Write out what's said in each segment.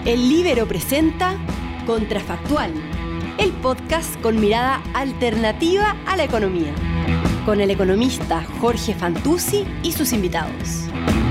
El Líbero presenta Contrafactual, el podcast con mirada alternativa a la economía, con el economista Jorge Fantuzzi y sus invitados.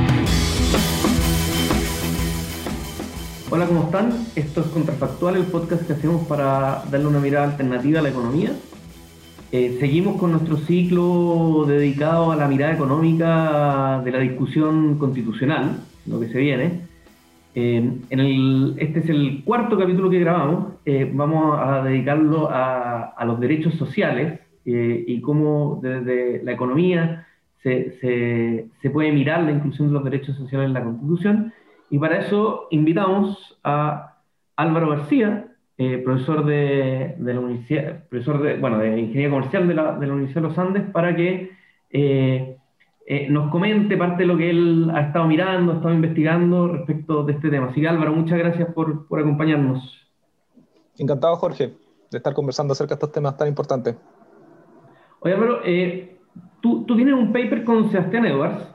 Hola, ¿cómo están? Esto es Contrafactual, el podcast que hacemos para darle una mirada alternativa a la economía. Seguimos con nuestro ciclo dedicado a la mirada económica de la discusión constitucional, lo que se viene. Este es el cuarto capítulo que grabamos. Vamos a dedicarlo a los derechos sociales y cómo desde la economía se puede mirar la inclusión de los derechos sociales en la Constitución. Y para eso invitamos a Álvaro García, profesor de la universidad, de Ingeniería Comercial de la Universidad de los Andes, para que nos comente parte de lo que él ha estado mirando, ha estado investigando respecto de este tema. Así que Álvaro, muchas gracias por acompañarnos. Encantado, Jorge, de estar conversando acerca de estos temas tan importantes. Oye, Álvaro, tú tienes un paper con Sebastián Edwards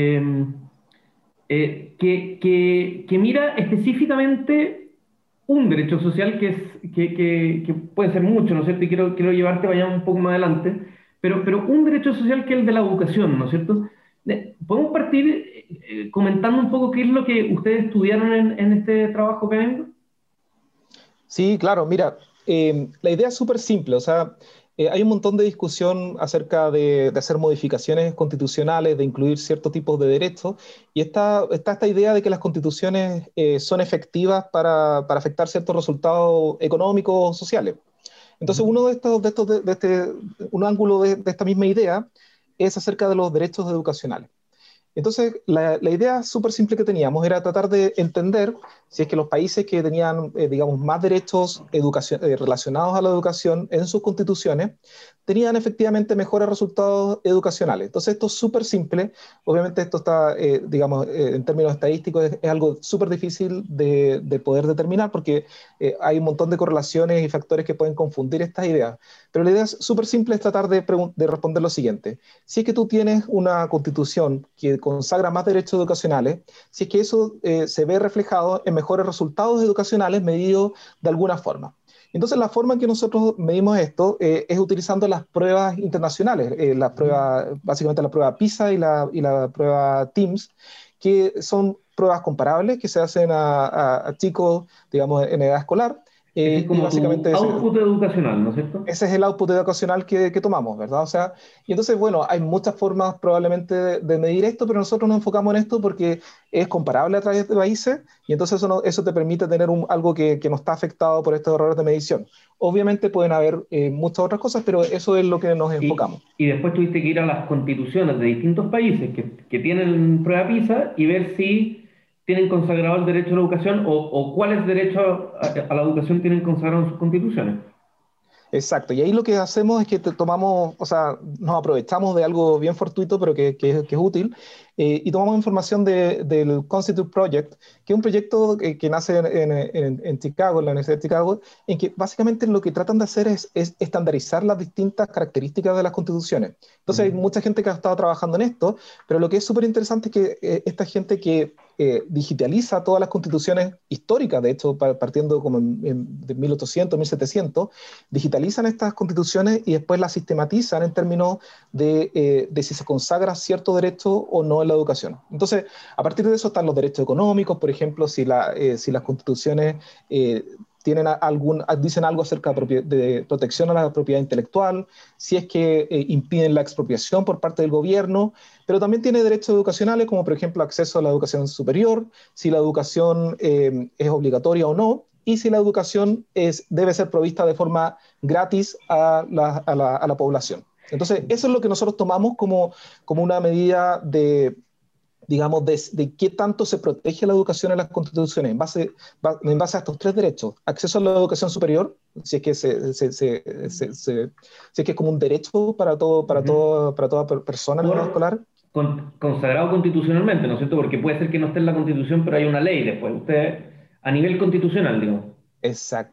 que mira específicamente un derecho social que puede ser mucho, ¿no es cierto? Y quiero llevarte para allá un poco más adelante, pero un derecho social que es el de la educación, ¿no es cierto? ¿Podemos partir comentando un poco qué es lo que ustedes estudiaron en este trabajo académico? Sí, claro, mira, la idea es súper simple, o sea, hay un montón de discusión acerca de hacer modificaciones constitucionales, de incluir ciertos tipos de derechos, y está esta idea de que las constituciones son efectivas para afectar ciertos resultados económicos o sociales. Entonces, un ángulo de esta misma idea es acerca de los derechos educacionales. Entonces, la idea súper simple que teníamos era tratar de entender si es que los países que tenían, digamos, más derechos relacionados a la educación en sus constituciones tenían efectivamente mejores resultados educacionales. Entonces, esto es súper simple. Obviamente, esto está, digamos, en términos estadísticos, es algo súper difícil de poder determinar porque hay un montón de correlaciones y factores que pueden confundir estas ideas. Pero la idea es súper simple, es tratar de responder lo siguiente. Si es que tú tienes una constitución que consagra más derechos educacionales, si es que eso se ve reflejado en mejores resultados educacionales medidos de alguna forma. Entonces, la forma en que nosotros medimos esto es utilizando las pruebas internacionales, básicamente la prueba PISA y la prueba TIMSS, que son pruebas comparables que se hacen a chicos, digamos, en edad escolar. Ese es como tu output educacional, ¿no es cierto? Ese es el output educacional que tomamos, ¿verdad? O sea, y entonces, bueno, hay muchas formas probablemente de medir esto, pero nosotros nos enfocamos en esto porque es comparable a través de países y entonces eso te permite tener algo que no está afectado por estos errores de medición. Obviamente pueden haber muchas otras cosas, pero eso es lo que nos enfocamos. Y después tuviste que ir a las constituciones de distintos países que tienen prueba PISA y ver si tienen consagrado el derecho a la educación o cuáles derechos a la educación tienen consagrado en sus constituciones. Exacto, y ahí lo que hacemos es que tomamos, o sea, nos aprovechamos de algo bien fortuito, pero que es útil, y tomamos información del Constitute Project, que es un proyecto que nace en Chicago, en la Universidad de Chicago, en que básicamente lo que tratan de hacer es estandarizar las distintas características de las constituciones. Entonces hay mucha gente que ha estado trabajando en esto, pero lo que es súper interesante es que esta gente que digitaliza todas las constituciones históricas, de hecho, partiendo como de 1800, 1700, digitalizan estas constituciones y después las sistematizan en términos de si se consagra cierto derecho o no en la educación. Entonces, a partir de eso están los derechos económicos, por ejemplo, si las constituciones dicen algo acerca de protección a la propiedad intelectual, si es que impiden la expropiación por parte del gobierno, pero también tiene derechos educacionales, como por ejemplo acceso a la educación superior, si la educación es obligatoria o no, y si la educación debe ser provista de forma gratis a la población. Entonces, eso es lo que nosotros tomamos como una medida de qué tanto se protege la educación en las constituciones en base a estos tres derechos: acceso a la educación superior, si es que si es que es como un derecho para toda persona en el mundo escolar. Consagrado constitucionalmente, ¿no es cierto? Porque puede ser que no esté en la Constitución, pero hay una ley después. Usted, a nivel constitucional, digamos. Exacto.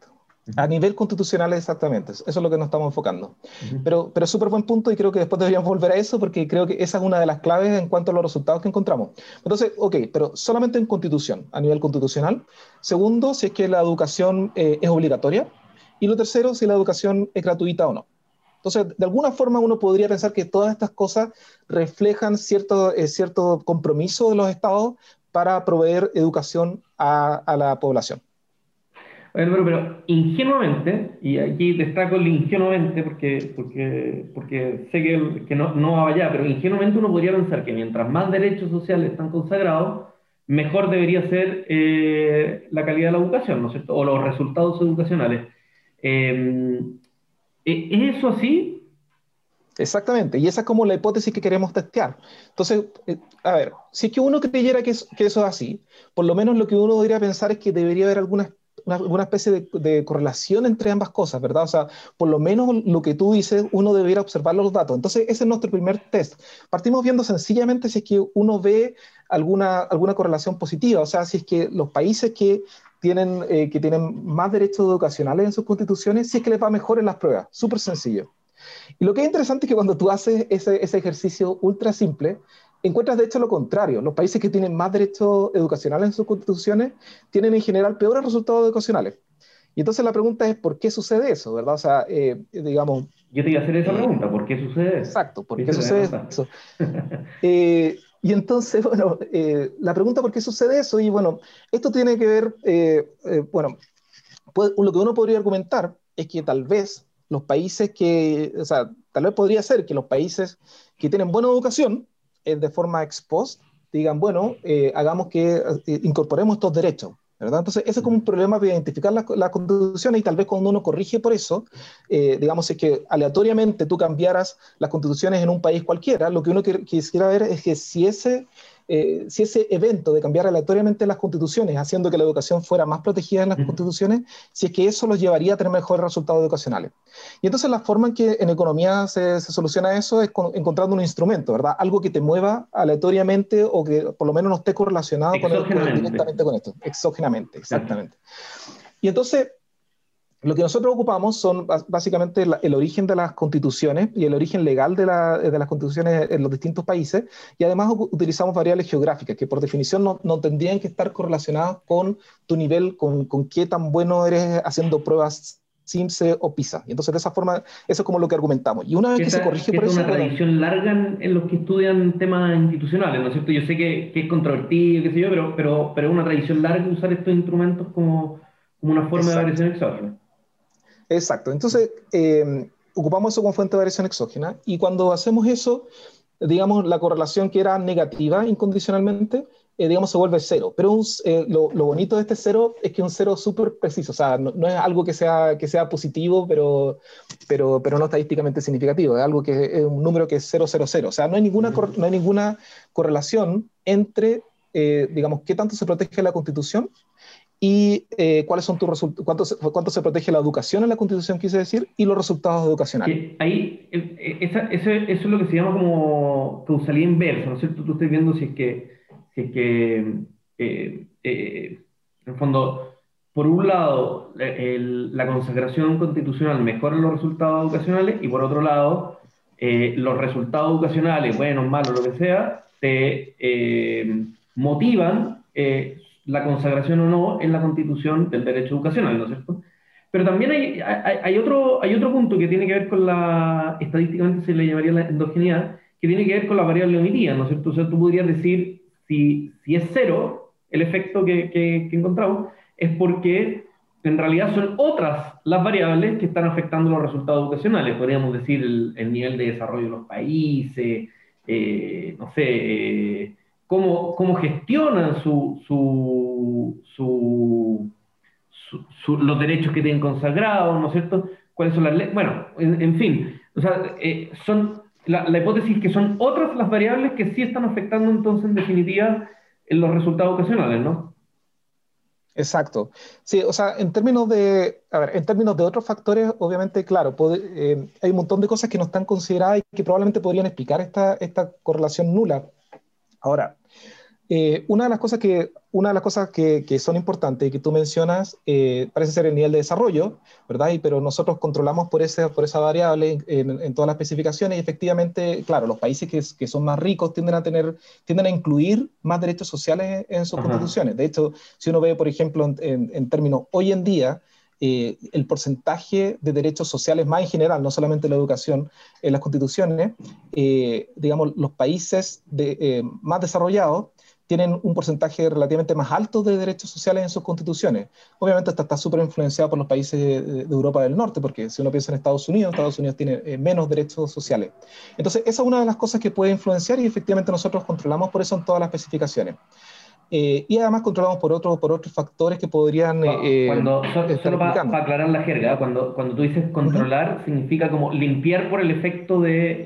A nivel constitucional, exactamente. Eso es lo que nos estamos enfocando. Ujú. Pero es súper buen punto y creo que después deberíamos volver a eso porque creo que esa es una de las claves en cuanto a los resultados que encontramos. Entonces, ok, pero solamente en constitución, a nivel constitucional. Segundo, si es que la educación es obligatoria. Y lo tercero, si la educación es gratuita o no. Entonces, de alguna forma uno podría pensar que todas estas cosas reflejan cierto compromiso de los estados para proveer educación a la población. Pero ingenuamente, y aquí destaco el ingenuamente porque sé que no va allá, pero ingenuamente uno podría pensar que mientras más derechos sociales están consagrados, mejor debería ser la calidad de la educación, ¿no es cierto? O los resultados educacionales. Eh, ¿Es eso así? Exactamente, y esa es como la hipótesis que queremos testear. Entonces, a ver, si es que uno creyera que eso es así, por lo menos lo que uno debería pensar es que debería haber alguna especie de correlación entre ambas cosas, ¿verdad? O sea, por lo menos lo que tú dices, uno debería observar los datos. Entonces, ese es nuestro primer test. Partimos viendo sencillamente si es que uno ve alguna correlación positiva, o sea, si es que los países que tienen más derechos educacionales en sus constituciones, si es que les va mejor en las pruebas. Súper sencillo. Y lo que es interesante es que cuando tú haces ese ejercicio ultra simple, encuentras de hecho lo contrario. Los países que tienen más derechos educacionales en sus constituciones tienen en general peores resultados educacionales. Y entonces la pregunta es, ¿por qué sucede eso? ¿Verdad? O sea, digamos, Yo te iba a hacer esa eh, pregunta, ¿por qué sucede eso? exacto, ¿por qué Viste, te voy a sucede contar. eso? Y entonces, bueno, la pregunta por qué sucede eso, y bueno, esto tiene que ver, bueno, lo que uno podría argumentar es que tal vez los países o sea, tal vez podría ser que los países que tienen buena educación, de forma ex post, digan, bueno, hagamos que incorporemos estos derechos, ¿verdad? Entonces, ese es como un problema de identificar las constituciones y tal vez cuando uno corrige por eso, digamos, es que aleatoriamente tú cambiaras las constituciones en un país cualquiera, lo que uno quisiera ver es que si ese evento de cambiar aleatoriamente las constituciones, haciendo que la educación fuera más protegida en las constituciones, si es que eso los llevaría a tener mejores resultados educacionales. Y entonces la forma en que en economía se soluciona eso es encontrando un instrumento, ¿verdad? Algo que te mueva aleatoriamente o que por lo menos no esté correlacionado Exógenamente. directamente con esto, exógenamente, Sí. exactamente. Y entonces lo que nosotros ocupamos son básicamente el origen de las constituciones y el origen legal de las constituciones en los distintos países, y además utilizamos variables geográficas que por definición no tendrían que estar correlacionadas con tu nivel, con qué tan bueno eres haciendo pruebas SIMSE o PISA. Y entonces de esa forma, eso es como lo que argumentamos. Y una vez Que que se esta, corrige que por esta es eso, una bueno, tradición larga en los que estudian temas institucionales, ¿no es cierto? Yo sé que es controvertido, qué sé yo, pero es una tradición larga usar estos instrumentos como una forma de exacto. variación exógena. Exacto. Entonces, ocupamos eso como fuente de variación exógena y cuando hacemos eso, digamos, la correlación que era negativa incondicionalmente, digamos, se vuelve cero. Pero lo bonito de este cero es que es un cero súper preciso. O sea, no es algo que sea positivo, pero no estadísticamente significativo. Es algo que es un número que es 000. O sea, no hay ninguna correlación entre, digamos, qué tanto se protege la Constitución y cuáles son tus resultados, cuánto se protege la educación en la Constitución, quise decir, y los resultados educacionales. Que ahí, eso es lo que se llama como causalidad inversa, ¿no es cierto? Tú estás viendo si es que en el fondo, por un lado, la consagración constitucional mejora los resultados educacionales y por otro lado, los resultados educacionales, buenos, malos, lo que sea, te motivan la consagración o no en la constitución del derecho educacional, ¿no es cierto? Pero también hay otro punto que tiene que ver con estadísticamente se le llamaría la endogeneidad, que tiene que ver con la variable omitida, ¿no es cierto? O sea, tú podrías decir, si es cero el efecto que encontramos, es porque en realidad son otras las variables que están afectando los resultados educacionales. Podríamos decir el nivel de desarrollo de los países, no sé, cómo gestionan los derechos que tienen consagrados, ¿no es cierto? ¿Cuáles son las leyes? Bueno, en fin, o sea, la hipótesis es que son otras las variables que sí están afectando entonces en definitiva en los resultados ocasionales, ¿no? Exacto. Sí, o sea, a ver, en términos de otros factores, obviamente, claro, hay un montón de cosas que no están consideradas y que probablemente podrían explicar esta correlación nula. Ahora, una de las cosas que una de las cosas que son importantes y que tú mencionas parece ser el nivel de desarrollo, ¿verdad? Pero nosotros controlamos por esa variable en todas las especificaciones y efectivamente, claro, los países que son más ricos tienden a incluir más derechos sociales en sus Ajá. constituciones. De hecho, si uno ve, por ejemplo, en términos hoy en día, el porcentaje de derechos sociales más en general, no solamente la educación, en las constituciones, digamos, los países más desarrollados tienen un porcentaje relativamente más alto de derechos sociales en sus constituciones. Obviamente esto está súper influenciado por los países de Europa del Norte, porque si uno piensa en Estados Unidos tiene menos derechos sociales. Entonces, esa es una de las cosas que puede influenciar y efectivamente nosotros controlamos por eso en todas las especificaciones. Y además controlamos por otros factores que podrían estar Solo para implicando. aclarar la jerga, cuando tú dices Uh -huh. controlar, significa como limpiar por el efecto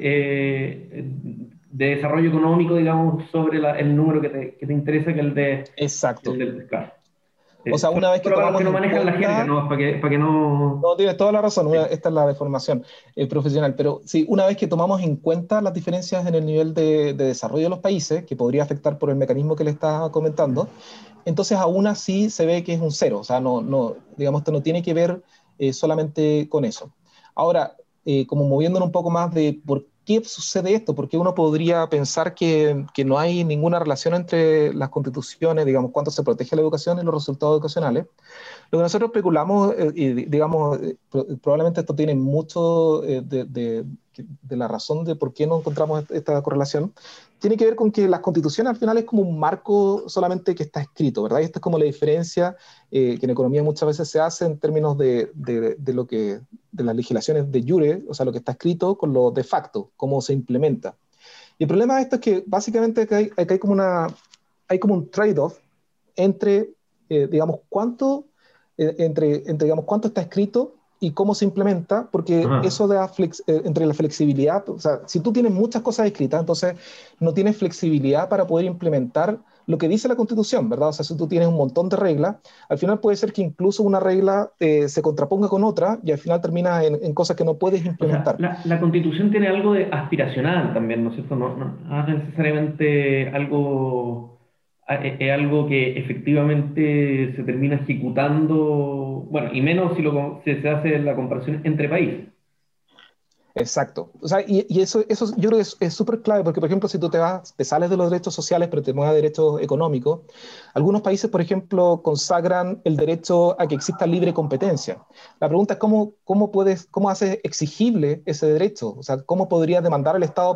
de desarrollo económico, digamos, sobre el número que te interesa, que el Exacto. del claro. O sea, una vez que Solo para los que tomamos no en manejan la jerga, cuenta. ¿no? Para que no... No, tienes toda la razón, Sí. esta es la deformación profesional, pero sí, una vez que tomamos en cuenta las diferencias en el nivel de desarrollo de los países, que podría afectar por el mecanismo que le estaba comentando, entonces aún así se ve que es un cero, o sea, digamos, esto no tiene que ver solamente con eso. Ahora, como moviéndonos un poco más de por qué sucede esto, porque uno podría pensar que no hay ninguna relación entre las constituciones, digamos, cuánto se protege la educación y los resultados educacionales. Lo que nosotros especulamos, y digamos, probablemente esto tiene mucho de la razón de por qué no encontramos esta correlación, tiene que ver con que las constituciones al final es como un marco solamente que está escrito, ¿verdad? Y esta es como la diferencia que en economía muchas veces se hace en términos de las legislaciones de jure, o sea, lo que está escrito con lo de facto, cómo se implementa. Y el problema de esto es que básicamente hay hay como un trade-off entre, digamos, digamos, cuánto está escrito y cómo se implementa, porque Ajá. eso da entre la flexibilidad, o sea, si tú tienes muchas cosas escritas, entonces no tienes flexibilidad para poder implementar lo que dice la Constitución, ¿verdad? O sea, si tú tienes un montón de reglas, al final puede ser que incluso una regla se contraponga con otra y al final termina en cosas que no puedes O sea, implementar. la Constitución tiene algo de aspiracional también, ¿no es cierto? No es necesariamente algo, es algo que efectivamente se termina ejecutando, bueno, y menos si se hace la comparación entre países. Exacto. O sea, y eso yo creo que es súper clave porque, por ejemplo, si tú te sales de los derechos sociales, pero te mueves a derechos económicos, algunos países, por ejemplo, consagran el derecho a que exista libre competencia. La pregunta es cómo haces exigible ese derecho. O sea, cómo podrías demandar al Estado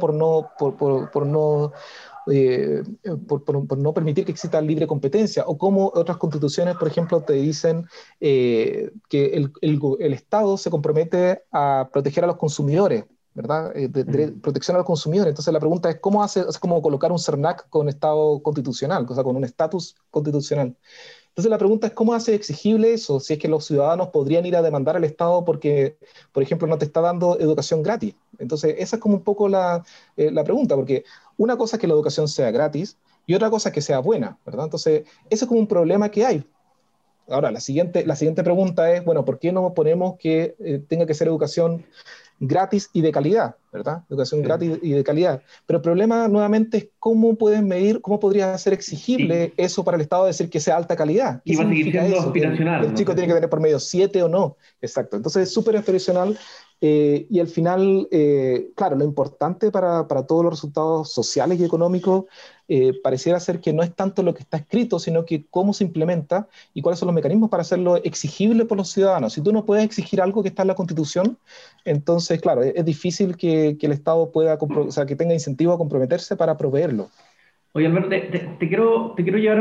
por no permitir que exista libre competencia, o como otras constituciones, por ejemplo, te dicen que el Estado se compromete a proteger a los consumidores, ¿verdad? Mm. Protección a los consumidores. Entonces la pregunta es, es como colocar un CERNAC con Estado constitucional, o sea, con un estatus constitucional. Entonces la pregunta es cómo hace exigible eso, si es que los ciudadanos podrían ir a demandar al Estado porque, por ejemplo, no te está dando educación gratis. Entonces esa es como un poco la pregunta, porque una cosa es que la educación sea gratis y otra cosa es que sea buena, ¿verdad? Entonces ese es como un problema que hay. Ahora, la siguiente pregunta es, bueno, ¿por qué no ponemos que tenga que ser educación gratis y de calidad, ¿verdad? Educación Sí. gratis y de calidad. Pero el problema nuevamente es cómo puedes medir, cómo podría ser exigible Y, eso para el Estado decir que sea alta calidad. ¿Qué y va a seguir significa siendo eso? Que aspiracional, el ¿no es chico tiene que cierto? tener por medio 7 o no. Exacto. Entonces es súper aspiracional y al final, claro, lo importante para todos los resultados sociales y económicos pareciera ser que no es tanto lo que está escrito, sino que cómo se implementa y cuáles son los mecanismos para hacerlo exigible por los ciudadanos. Si tú no puedes exigir algo que está en la Constitución, entonces, claro, es difícil que el Estado pueda, o sea, que tenga incentivo a comprometerse para proveerlo. Oye, Alberto, te quiero llevar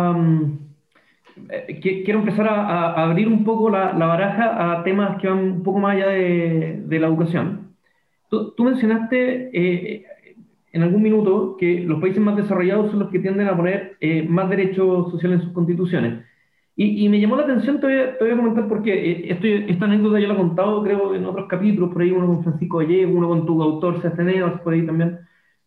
quiero empezar a abrir un poco la baraja a temas que van un poco más allá de la educación. Tú mencionaste en algún minuto que los países más desarrollados son los que tienden a poner más derechos sociales en sus constituciones. Y me llamó la atención, te voy a comentar por qué. Esta anécdota yo la he contado, creo, en otros capítulos, por ahí uno con Francisco Gallego, uno con tu autor, Sebastián, por ahí también.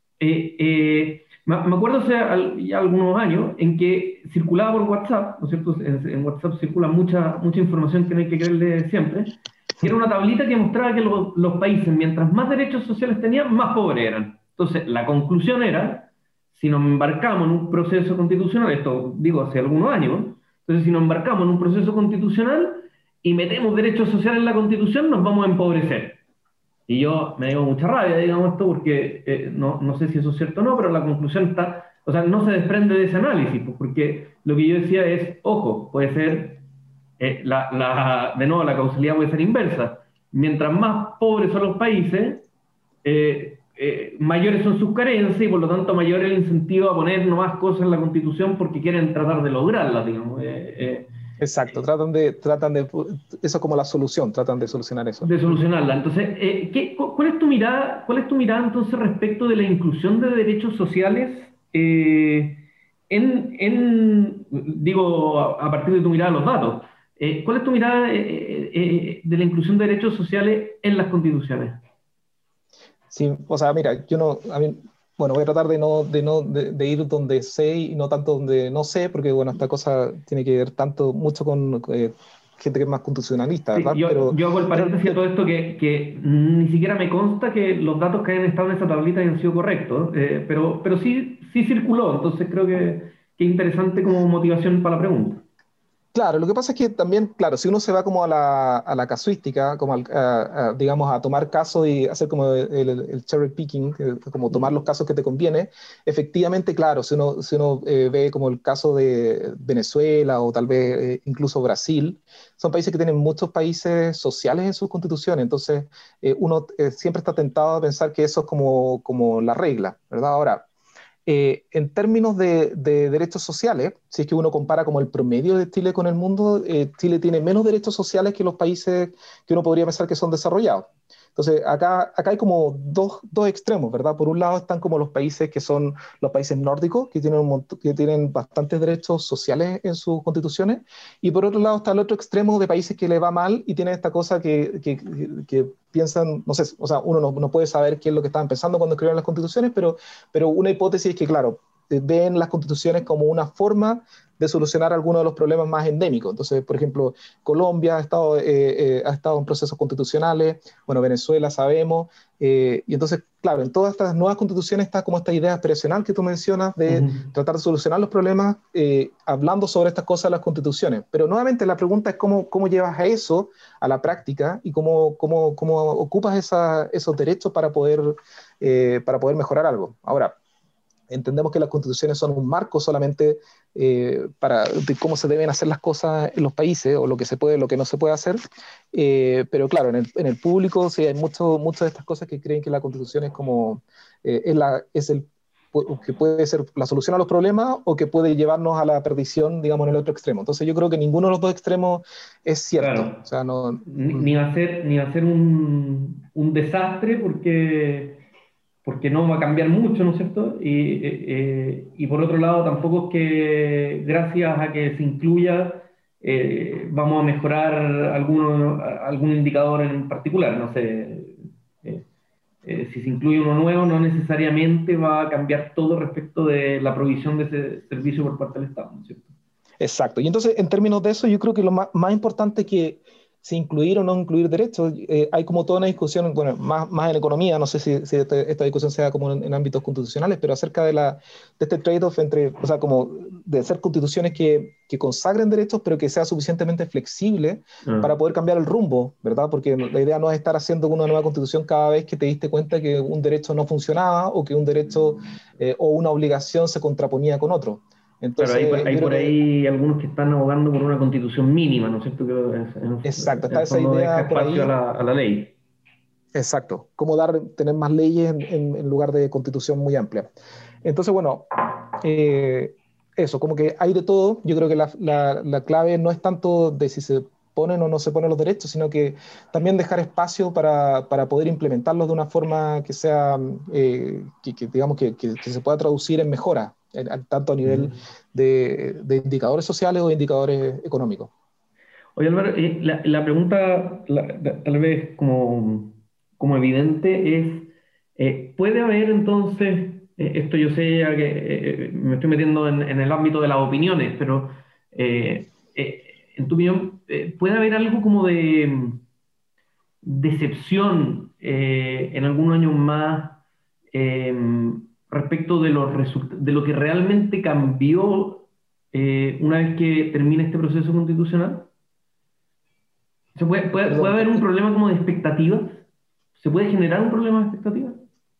Me acuerdo hace ya algunos años en que circulaba por WhatsApp, ¿no es cierto? En WhatsApp circula mucha información que no hay que creerle siempre, que era una tablita que mostraba que los países, mientras más derechos sociales tenían, más pobres eran. Entonces, la conclusión era, si nos embarcamos en un proceso constitucional, esto digo hace algunos años, entonces si nos embarcamos en un proceso constitucional y metemos derechos sociales en la Constitución, nos vamos a empobrecer. Y yo me dio mucha rabia, digamos, esto, porque no sé si eso es cierto o no, pero la conclusión está, o sea, no se desprende de ese análisis, pues, porque lo que yo decía es, ojo, puede ser, de nuevo, la causalidad puede ser inversa. Mientras más pobres son los países, mayores son sus carencias y por lo tanto mayor el incentivo a poner nomás cosas en la Constitución porque quieren tratar de lograrlas, digamos. Exacto, eso es como la solución, tratan de solucionar eso. De solucionarla. Entonces, ¿cuál es tu mirada entonces respecto de la inclusión de derechos sociales digo, a partir de tu mirada a los datos? ¿Cuál es tu mirada de la inclusión de derechos sociales en las constituciones? Sí, o sea, mira, bueno, voy a tratar de ir donde sé y no tanto donde no sé, porque bueno, esta cosa tiene que ver mucho con gente que es más constitucionalista, Sí, ¿verdad? yo hago el paréntesis a todo esto que ni siquiera me consta que los datos que hayan estado en esa tablita hayan sido correctos, pero sí circuló, entonces creo que es interesante como motivación para la pregunta. Claro, lo que pasa es que también, claro, si uno se va como a la casuística, como digamos, a tomar casos y hacer como el cherry picking, como tomar los casos que te conviene, efectivamente, claro, si uno ve como el caso de Venezuela o tal vez incluso Brasil, son países que tienen muchos países sociales en sus constituciones, entonces uno siempre está tentado a pensar que eso es como la regla, ¿verdad? Ahora, en términos de derechos sociales, si es que uno compara como el promedio de Chile con el mundo, Chile tiene menos derechos sociales que los países que uno podría pensar que son desarrollados. Entonces, acá hay como dos extremos, ¿verdad? Por un lado están como los países que son los países nórdicos, que tienen bastantes derechos sociales en sus constituciones, y por otro lado está el otro extremo de países que le va mal y tienen esta cosa que piensan, no sé, o sea, uno no puede saber qué es lo que estaban pensando cuando escribieron las constituciones, pero una hipótesis es que, claro, ven las constituciones como una forma de solucionar algunos de los problemas más endémicos. Entonces, por ejemplo, Colombia ha estado en procesos constitucionales, bueno, Venezuela sabemos, y entonces, claro, en todas estas nuevas constituciones está como esta idea aspiracional que tú mencionas de tratar de solucionar los problemas hablando sobre estas cosas en las constituciones. Pero nuevamente la pregunta es cómo llevas a eso a la práctica y cómo ocupas esos derechos para poder mejorar algo. Ahora, entendemos que las constituciones son un marco solamente de cómo se deben hacer las cosas en los países, o lo que se puede, lo que no se puede hacer, pero claro, en el público sí hay muchas de estas cosas que creen que la constitución es como, que puede ser la solución a los problemas o que puede llevarnos a la perdición, digamos, en el otro extremo. Entonces yo creo que ninguno de los dos extremos es cierto. Claro, O sea, no, ni va a ser un desastre porque no va a cambiar mucho, ¿no es cierto? Y por otro lado, tampoco es que gracias a que se incluya vamos a mejorar algún indicador en particular, no sé. Si se incluye uno nuevo, no necesariamente va a cambiar todo respecto de la provisión de ese servicio por parte del Estado, ¿no es cierto? exacto. Y entonces, en términos de eso, yo creo que lo más importante que si incluir o no incluir derechos, hay como toda una discusión, bueno, más en economía, no sé si esta discusión sea como en ámbitos constitucionales, pero acerca de este trade-off entre, o sea, como de hacer constituciones que consagren derechos, pero que sea suficientemente flexible para poder cambiar el rumbo, ¿verdad? Porque la idea no es estar haciendo una nueva constitución cada vez que te diste cuenta que un derecho no funcionaba o que un derecho o una obligación se contraponía con otro. Claro, Entonces, hay yo creo por que, ahí algunos que están abogando por una constitución mínima, ¿no es cierto? Que exacto, en está el esa fondo deja idea por espacio ahí. a la ley. Exacto, cómo tener más leyes en lugar de constitución muy amplia. Entonces, bueno, eso, como que hay de todo. Yo creo que la clave no es tanto de si se ponen o no se ponen los derechos, sino que también dejar espacio para poder implementarlos de una forma que sea, digamos, que se pueda traducir en mejora, tanto a nivel de indicadores sociales o de indicadores económicos. Oye, Álvaro, la pregunta, tal vez como evidente, es, ¿puede haber entonces, esto yo sé ya que me estoy metiendo en el ámbito de las opiniones, pero en tu opinión, ¿puede haber algo como de decepción en algunos años más respecto de de lo que realmente cambió una vez que termine este proceso constitucional? ¿Se puede Perdón, haber un problema como de expectativas? ¿Se puede generar un problema de expectativas?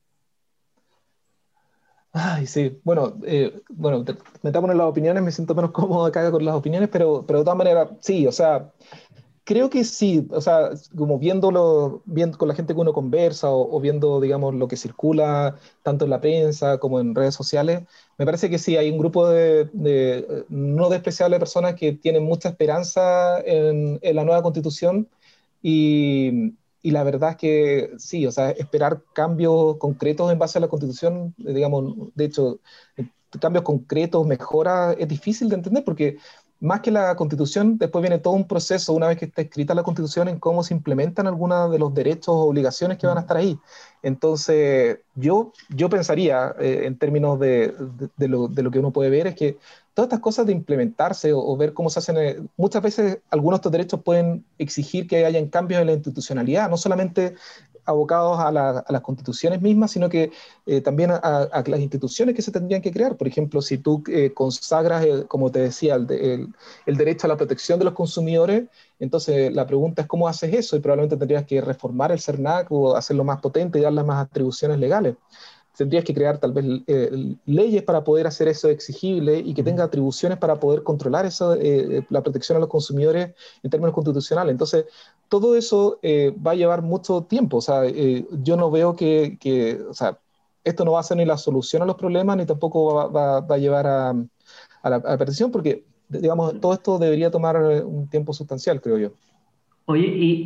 ay, sí, bueno, metámonos en las opiniones, me siento menos cómodo acá con las opiniones, pero de todas maneras, sí, o sea, creo que sí, o sea, como viendo con la gente que uno conversa o viendo, digamos, lo que circula tanto en la prensa como en redes sociales, me parece que sí, hay un grupo de no despreciable de personas que tienen mucha esperanza en la nueva constitución y la verdad es que sí, o sea, esperar cambios concretos en base a la constitución, digamos, de hecho, cambios concretos, mejoras, es difícil de entender porque más que la constitución, después viene todo un proceso, una vez que está escrita la constitución, en cómo se implementan algunos de los derechos o obligaciones que van a estar ahí. Entonces, yo pensaría, en términos de lo que uno puede ver, es que todas estas cosas de implementarse o ver cómo se hacen, muchas veces algunos de estos derechos pueden exigir que hayan cambios en la institucionalidad, no solamente abocados a las constituciones mismas, sino que también a las instituciones que se tendrían que crear. Por ejemplo, si tú consagras, como te decía, el derecho a la protección de los consumidores, entonces la pregunta es cómo haces eso y probablemente tendrías que reformar el CERNAC o hacerlo más potente y darle más atribuciones legales. Tendrías que crear tal vez leyes para poder hacer eso exigible y que tenga atribuciones para poder controlar eso, la protección a los consumidores en términos constitucionales. Entonces, todo eso va a llevar mucho tiempo. O sea, yo no veo o sea, esto no va a ser ni la solución a los problemas, ni tampoco va a llevar a la perdición, porque, digamos, todo esto debería tomar un tiempo sustancial, creo yo. Oye,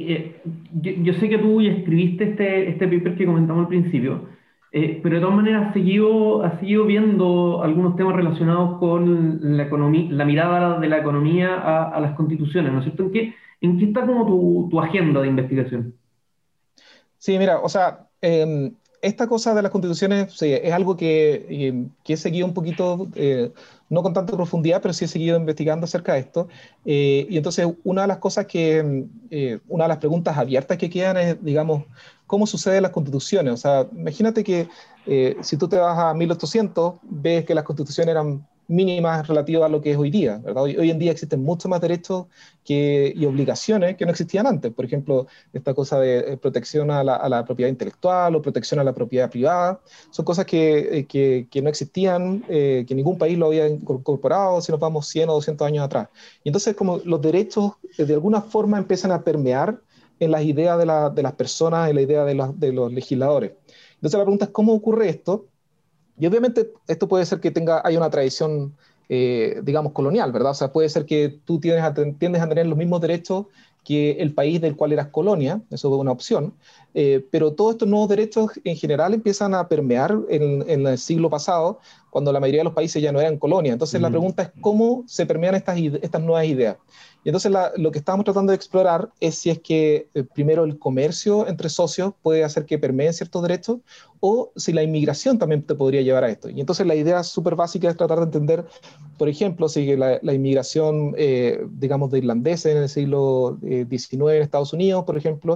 yo sé que tú ya escribiste este paper que comentamos al principio, pero de todas maneras has seguido viendo algunos temas relacionados con la economía, la mirada de la economía a las constituciones, ¿no es cierto? En qué está como tu agenda de investigación? Sí, mira, o sea, esta cosa de las constituciones sí, es algo que he seguido un poquito, no con tanta profundidad, pero sí he seguido investigando acerca de esto. Y entonces, una de las cosas una de las preguntas abiertas que quedan es, digamos, ¿cómo suceden las constituciones? O sea, imagínate que si tú te vas a 1800, ves que las constituciones eran mínimas relativas a lo que es hoy día, ¿verdad? Hoy en día existen muchos más derechos y obligaciones que no existían antes. Por ejemplo, esta cosa de protección a la propiedad intelectual o protección a la propiedad privada, son cosas que no existían, que ningún país lo había incorporado si nos vamos 100 o 200 años atrás. Y entonces como los derechos de alguna forma empiezan a permear en las ideas de las personas, en la idea de los legisladores. Entonces la pregunta es, ¿cómo ocurre esto? Y obviamente esto puede ser que hay una tradición, digamos, colonial, ¿verdad? O sea, puede ser que tú tiendes a tener los mismos derechos que el país del cual eras colonia, eso es una opción, pero todos estos nuevos derechos en general empiezan a permear en el siglo pasado, cuando la mayoría de los países ya no eran colonia. Entonces la pregunta es cómo se permean estas nuevas ideas. Y entonces lo que estamos tratando de explorar es si es que primero el comercio entre socios puede hacer que permeen ciertos derechos o si la inmigración también te podría llevar a esto. Y entonces la idea súper básica es tratar de entender, por ejemplo, si la inmigración, digamos, de irlandeses en el siglo XIX en Estados Unidos, por ejemplo,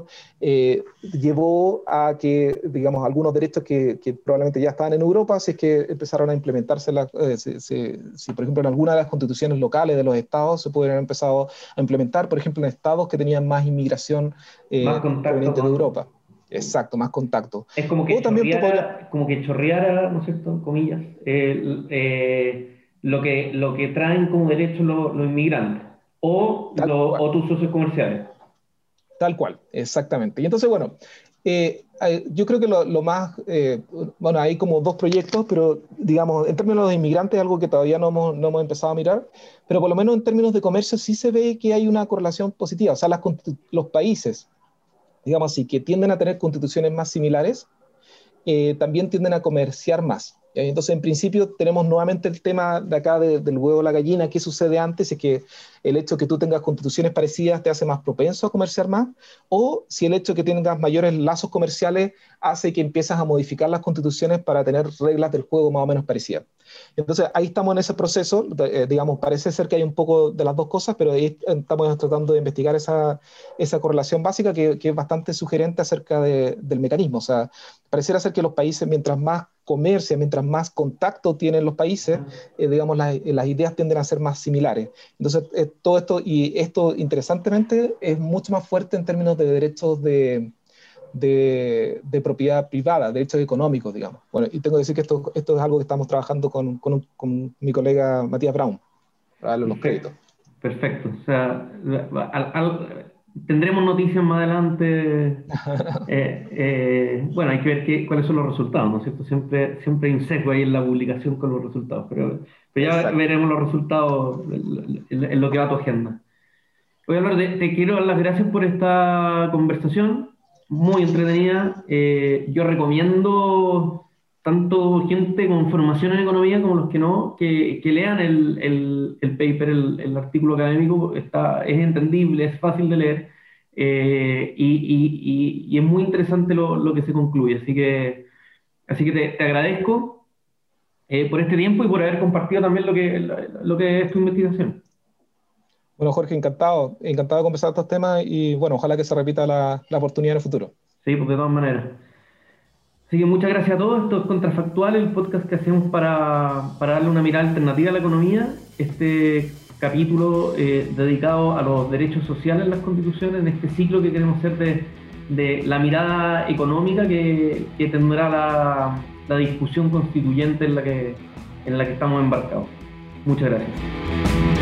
llevó a que, digamos, algunos derechos que probablemente ya estaban en Europa, si es que empezaron a implementarse, si por ejemplo en alguna de las constituciones locales de los estados se pudieran empezado a implementar, por ejemplo, en estados que tenían más inmigración Más contacto proveniente de con... Europa. Exacto, más contacto. Es como O que también tú podrías, chorreara, ¿no es cierto?, comillas, lo que traen como derecho los inmigrantes tal cual. o tus socios comerciales. Tal cual, exactamente. Y entonces, bueno, yo creo que lo más, bueno, hay como dos proyectos, pero digamos, en términos de inmigrantes, algo que todavía no hemos empezado a mirar, pero por lo menos en términos de comercio sí se ve que hay una correlación positiva. O sea, los países, digamos así, que tienden a tener constituciones más similares, también tienden a comerciar más. Entonces, en principio, tenemos nuevamente el tema de acá del huevo o la gallina. ¿Qué sucede antes? Es que el hecho de que tú tengas constituciones parecidas te hace más propenso a comerciar más, o si el hecho de que tengas mayores lazos comerciales hace que empiezas a modificar las constituciones para tener reglas del juego más o menos parecidas. Entonces, ahí estamos en ese proceso. Digamos, parece ser que hay un poco de las dos cosas, pero ahí estamos tratando de investigar esa correlación básica que es bastante sugerente acerca del mecanismo. O sea, pareciera ser que los países, mientras más comercia, mientras más contacto tienen los países, digamos, las ideas tienden a ser más similares. Entonces, todo esto, y esto interesantemente, es mucho más fuerte en términos de derechos de propiedad privada, derechos económicos, digamos. Bueno, y tengo que decir que esto es algo que estamos trabajando con mi colega Matías Braun, para darle los créditos. Perfecto. O sea, tendremos noticias más adelante. Bueno, hay que ver cuáles son los resultados, ¿no es cierto? Siempre hay un sesgo ahí en la publicación con los resultados, pero ya Exacto. Veremos los resultados en lo que va a tu agenda. Oye, Álvaro, te quiero dar las gracias por esta conversación, muy entretenida. Yo recomiendo tanto gente con formación en economía como los que no, que lean el paper, el artículo académico. Es entendible, es fácil de leer, y es muy interesante lo que se concluye. Así que te agradezco por este tiempo y por haber compartido también lo que es tu investigación. Bueno, Jorge, encantado de conversar estos temas y bueno, ojalá que se repita la oportunidad en el futuro. Sí, pues de todas maneras. Así que muchas gracias a todos. Esto es Contrafactual, el podcast que hacemos para darle una mirada alternativa a la economía. Este capítulo dedicado a los derechos sociales en las constituciones, en este ciclo que queremos hacer de la mirada económica que tendrá la discusión constituyente en la que estamos embarcados. Muchas gracias.